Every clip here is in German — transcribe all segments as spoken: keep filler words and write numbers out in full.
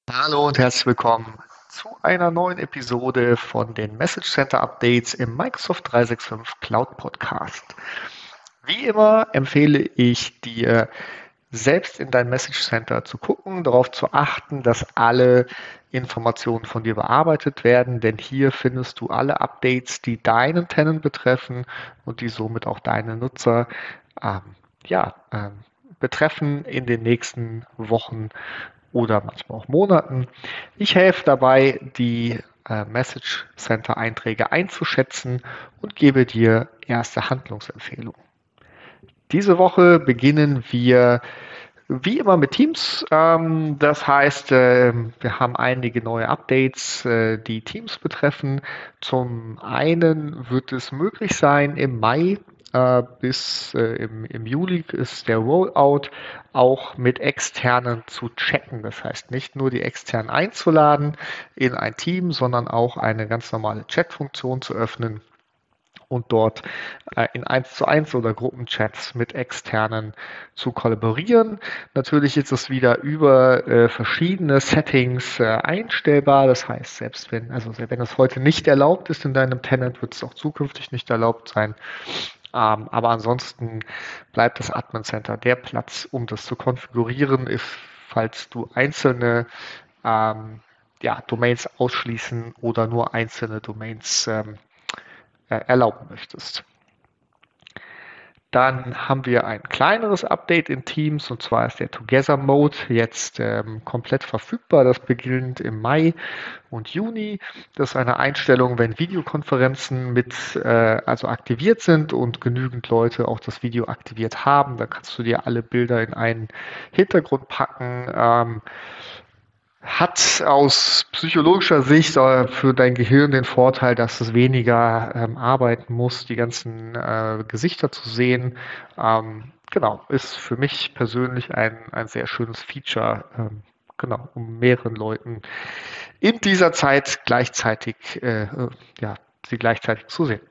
Hallo und herzlich willkommen zu einer neuen Episode von den Message Center Updates im Microsoft dreihundertfünfundsechzig Cloud Podcast. Wie immer empfehle ich dir, selbst in dein Message Center zu gucken, darauf zu achten, dass alle Informationen von dir bearbeitet werden, denn hier findest du alle Updates, die deinen Tenant betreffen und die somit auch deine Nutzer ähm, ja, ähm, betreffen in den nächsten Wochen oder manchmal auch Monaten. Ich helfe dabei, die äh, Message Center Einträge einzuschätzen und gebe dir erste Handlungsempfehlungen. Diese Woche beginnen wir wie immer mit Teams. Ähm, das heißt, äh, wir haben einige neue Updates, äh, die Teams betreffen. Zum einen wird es möglich sein, im Mai äh, bis äh, im, im Juli ist der Rollout auch mit Externen zu chatten. Das heißt, nicht nur die Externen einzuladen in ein Team, sondern auch eine ganz normale Chat-Funktion zu öffnen und dort äh, in eins zu eins oder Gruppenchats mit Externen zu kollaborieren. Natürlich ist es wieder über äh, verschiedene Settings äh, einstellbar. Das heißt, selbst wenn, also wenn es heute nicht erlaubt ist in deinem Tenant, wird es auch zukünftig nicht erlaubt sein. Ähm, aber ansonsten bleibt das Admin Center der Platz, um das zu konfigurieren, if, falls du einzelne ähm, ja, Domains ausschließen oder nur einzelne Domains ähm, äh, erlauben möchtest. Dann haben wir ein kleineres Update in Teams, und zwar ist der Together Mode jetzt ähm, komplett verfügbar. Das beginnt im Mai und Juni. Das ist eine Einstellung, wenn Videokonferenzen mit äh, also aktiviert sind und genügend Leute auch das Video aktiviert haben. Da kannst du dir alle Bilder in einen Hintergrund packen. Ähm, hat aus psychologischer Sicht äh, für dein Gehirn den Vorteil, dass es weniger ähm, arbeiten muss, die ganzen äh, Gesichter zu sehen. Ähm, genau, ist für mich persönlich ein, ein sehr schönes Feature, ähm, genau, um mehreren Leuten in dieser Zeit gleichzeitig, äh, äh, ja, sie gleichzeitig zu sehen.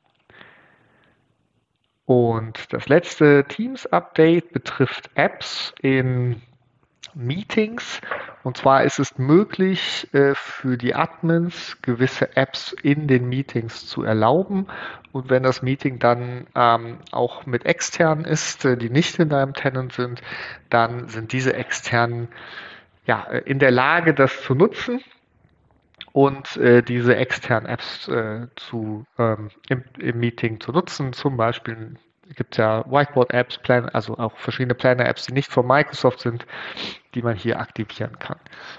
Und das letzte Teams-Update betrifft Apps in Meetings. Und zwar ist es möglich, äh, für die Admins gewisse Apps in den Meetings zu erlauben. Und wenn das Meeting dann ähm, auch mit externen ist, äh, die nicht in deinem Tenant sind, dann sind diese externen ja, äh, in der Lage, das zu nutzen und äh, diese externen Apps äh, zu, ähm, im, im Meeting zu nutzen. Zum Beispiel gibt es ja Whiteboard-Apps, Plan, also auch verschiedene Planner-Apps, die nicht von Microsoft sind, die man hier aktivieren kann.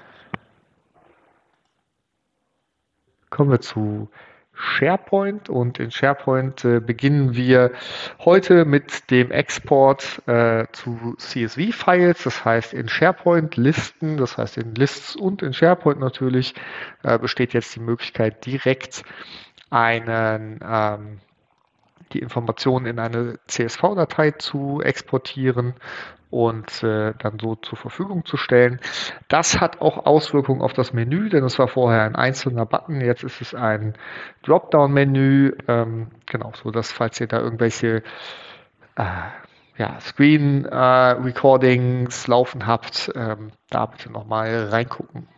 Kommen wir zu SharePoint, und in SharePoint äh, beginnen wir heute mit dem Export äh, zu C S V-Files, das heißt in SharePoint Listen, das heißt in Lists und in SharePoint natürlich äh, besteht jetzt die Möglichkeit, direkt einen ähm, die Informationen in eine C S V-Datei zu exportieren und äh, dann so zur Verfügung zu stellen. Das hat auch Auswirkungen auf das Menü, denn es war vorher ein einzelner Button, jetzt ist es ein Dropdown-Menü, ähm, genau, so dass falls ihr da irgendwelche äh, ja, Screen-Recordings äh, laufen habt, ähm, da bitte nochmal reingucken.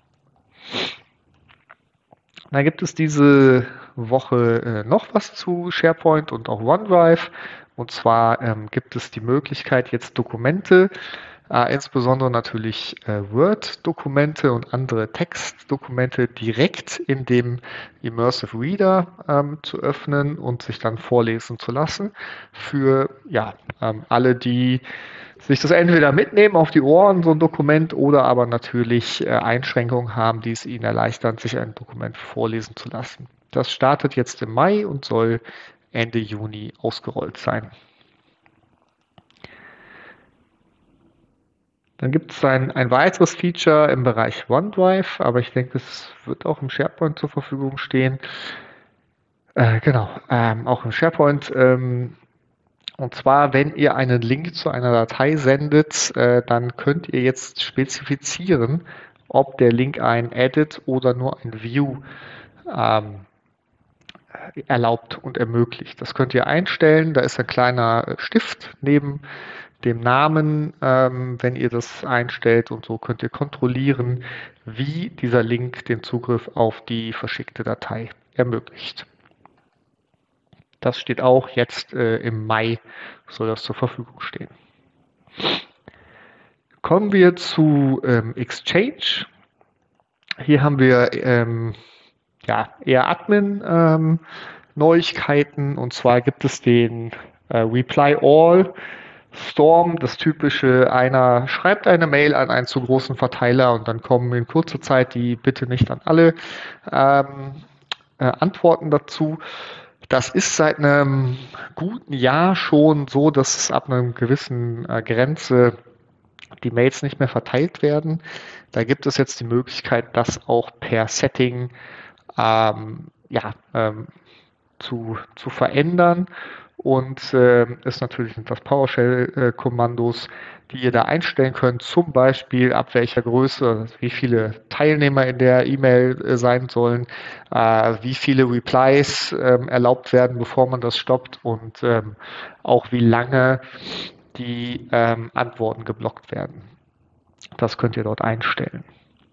Da gibt es diese Woche äh, noch was zu SharePoint und auch OneDrive. Und zwar ähm, gibt es die Möglichkeit, jetzt Dokumente, äh, insbesondere natürlich äh, Word-Dokumente und andere Textdokumente direkt in dem Immersive Reader ähm, zu öffnen und sich dann vorlesen zu lassen. Für ja, ähm, alle, die sich das entweder mitnehmen auf die Ohren, so ein Dokument, oder aber natürlich äh, Einschränkungen haben, die es ihnen erleichtern, sich ein Dokument vorlesen zu lassen. Das startet jetzt im Mai und soll Ende Juni ausgerollt sein. Dann gibt es ein, ein weiteres Feature im Bereich OneDrive, aber ich denke, es wird auch im SharePoint zur Verfügung stehen. Äh, genau, ähm, auch im SharePoint. Ähm, Und zwar, wenn ihr einen Link zu einer Datei sendet, äh, dann könnt ihr jetzt spezifizieren, ob der Link ein Edit oder nur ein View ähm, erlaubt und ermöglicht. Das könnt ihr einstellen. Da ist ein kleiner Stift neben dem Namen, ähm, wenn ihr das einstellt, und so könnt ihr kontrollieren, wie dieser Link den Zugriff auf die verschickte Datei ermöglicht. Das steht auch jetzt äh, im Mai, soll das zur Verfügung stehen. Kommen wir zu ähm, Exchange. Hier haben wir ähm, ja, eher Admin-Neuigkeiten, ähm, und zwar gibt es den äh, Reply All Storm, das typische, einer schreibt eine Mail an einen zu großen Verteiler und dann kommen in kurzer Zeit die Bitte nicht an alle ähm, äh, Antworten dazu. Das ist seit einem guten Jahr schon so, dass es ab einer gewissen äh, Grenze die Mails nicht mehr verteilt werden. Da gibt es jetzt die Möglichkeit, das auch per Setting ähm, ja, ähm, zu, zu verändern. Und äh, ist natürlich sind das PowerShell-Kommandos, die ihr da einstellen könnt, zum Beispiel ab welcher Größe, wie viele Teilnehmer in der E-Mail äh, sein sollen, äh, wie viele Replies äh, erlaubt werden, bevor man das stoppt, und ähm, auch wie lange die ähm, Antworten geblockt werden. Das könnt ihr dort einstellen.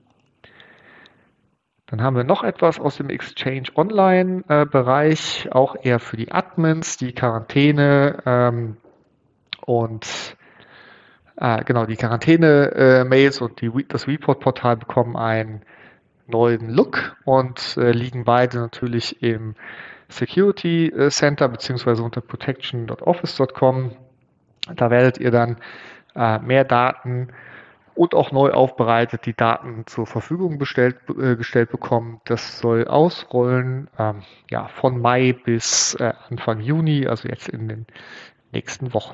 Dann haben wir noch etwas aus dem Exchange Online-Bereich, äh, auch eher für die Admins, die Quarantäne ähm, und äh, genau die Quarantäne-Mails äh, und die, das Report-Portal bekommen einen neuen Look und äh, liegen beide natürlich im Security Center beziehungsweise unter protection dot office dot com. Da werdet ihr dann äh, mehr Daten und auch neu aufbereitet die Daten zur Verfügung bestellt, äh, gestellt bekommen. Das soll ausrollen ähm, ja, von Mai bis äh, Anfang Juni, also jetzt in den nächsten Wochen.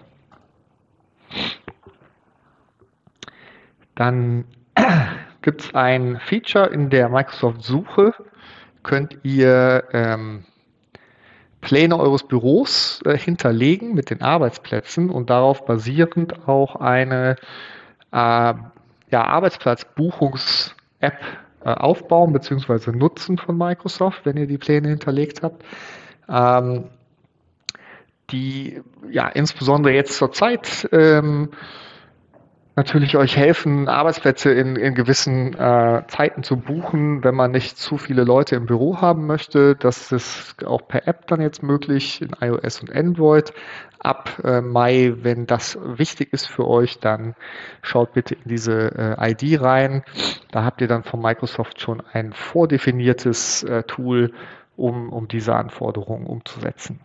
Dann gibt es ein Feature in der Microsoft-Suche, könnt ihr ähm, Pläne eures Büros äh, hinterlegen mit den Arbeitsplätzen und darauf basierend auch eine äh, ja, Arbeitsplatzbuchungs-App äh, aufbauen bzw. nutzen von Microsoft, wenn ihr die Pläne hinterlegt habt. Ähm, die ja insbesondere jetzt zur Zeit ähm, natürlich euch helfen, Arbeitsplätze in, in gewissen äh, Zeiten zu buchen, wenn man nicht zu viele Leute im Büro haben möchte. Das ist auch per App dann jetzt möglich in iOS und Android. Ab äh, Mai, wenn das wichtig ist für euch, dann schaut bitte in diese äh, I D rein. Da habt ihr dann von Microsoft schon ein vordefiniertes äh, Tool, um, um diese Anforderungen umzusetzen.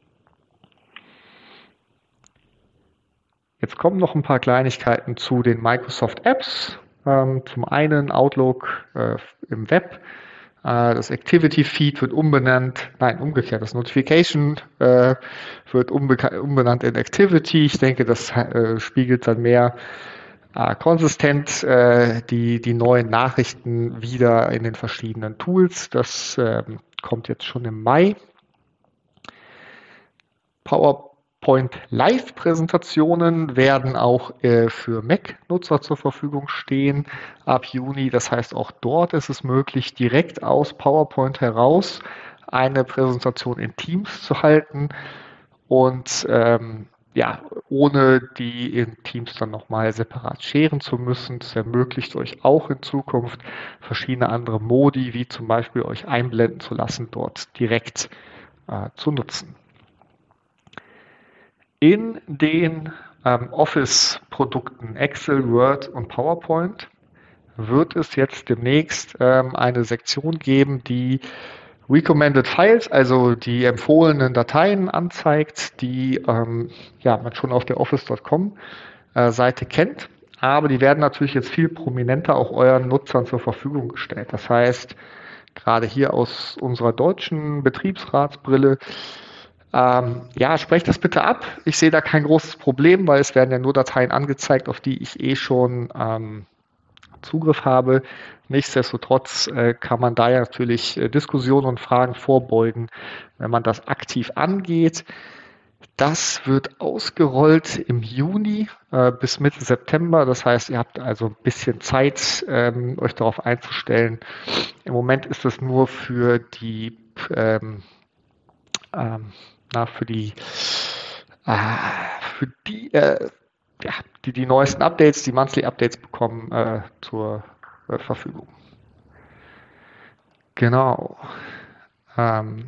Jetzt kommen noch ein paar Kleinigkeiten zu den Microsoft Apps. Ähm, zum einen Outlook äh, im Web. Äh, das Activity Feed wird umbenannt, nein, umgekehrt, das Notification äh, wird umbenannt in Activity. Ich denke, das äh, spiegelt dann mehr äh, konsistent äh, die, die neuen Nachrichten wieder in den verschiedenen Tools. Das äh, kommt jetzt schon im Mai. PowerPoint Live-Präsentationen werden auch äh, für Mac-Nutzer zur Verfügung stehen ab Juni. Das heißt, auch dort ist es möglich, direkt aus PowerPoint heraus eine Präsentation in Teams zu halten und ähm, ja, ohne die in Teams dann nochmal separat scheren zu müssen. Das ermöglicht euch auch in Zukunft verschiedene andere Modi, wie zum Beispiel euch einblenden zu lassen, dort direkt äh, zu nutzen. In den ähm, Office-Produkten Excel, Word und PowerPoint wird es jetzt demnächst ähm, eine Sektion geben, die Recommended Files, also die empfohlenen Dateien anzeigt, die ähm, ja, man schon auf der office Punkt com äh, Seite kennt. Aber die werden natürlich jetzt viel prominenter auch euren Nutzern zur Verfügung gestellt. Das heißt, gerade hier aus unserer deutschen Betriebsratsbrille, Ähm, ja, sprecht das bitte ab. Ich sehe da kein großes Problem, weil es werden ja nur Dateien angezeigt, auf die ich eh schon ähm, Zugriff habe. Nichtsdestotrotz äh, kann man da ja natürlich äh, Diskussionen und Fragen vorbeugen, wenn man das aktiv angeht. Das wird ausgerollt im Juni äh, bis Mitte September. Das heißt, ihr habt also ein bisschen Zeit, ähm, euch darauf einzustellen. Im Moment ist es nur für die ähm, ähm, na, für die, äh, für die äh, ja, die die neuesten Updates, die Monthly Updates bekommen, äh, zur äh, Verfügung. Genau. Ähm,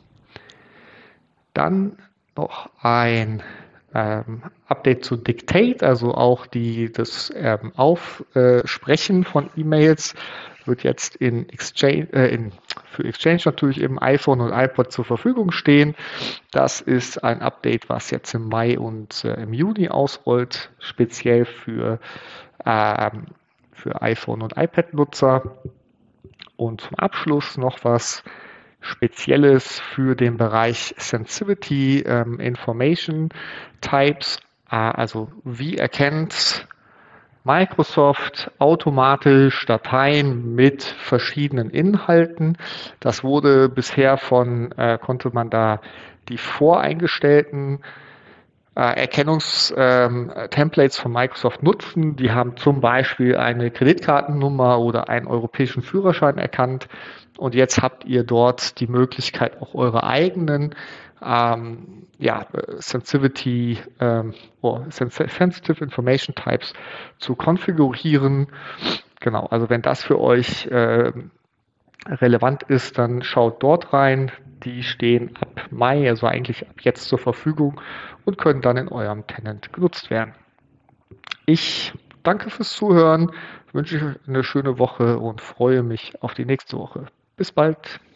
Dann noch ein ähm, Update zu Dictate, also auch die, das ähm, Aufsprechen von E-Mails wird jetzt in Exchange, äh, in, für Exchange natürlich im iPhone und iPod zur Verfügung stehen. Das ist ein Update, was jetzt im Mai und äh, im Juni ausrollt, speziell für, ähm, für iPhone und iPad-Nutzer. Und zum Abschluss noch was Spezielles für den Bereich Sensitivity ähm, Information Types. Äh, also wie erkennt Microsoft automatisch Dateien mit verschiedenen Inhalten? Das wurde bisher von, äh, konnte man da die voreingestellten äh, Erkennungstemplates ähm, von Microsoft nutzen. Die haben zum Beispiel eine Kreditkartennummer oder einen europäischen Führerschein erkannt. Und jetzt habt ihr dort die Möglichkeit, auch eure eigenen ähm, ja, Sensitivity ähm, oh, Sensitive Information Types zu konfigurieren. Genau, also wenn das für euch äh, relevant ist, dann schaut dort rein. Die stehen ab Mai, also eigentlich ab jetzt zur Verfügung und können dann in eurem Tenant genutzt werden. Ich danke fürs Zuhören, wünsche euch eine schöne Woche und freue mich auf die nächste Woche. Bis bald.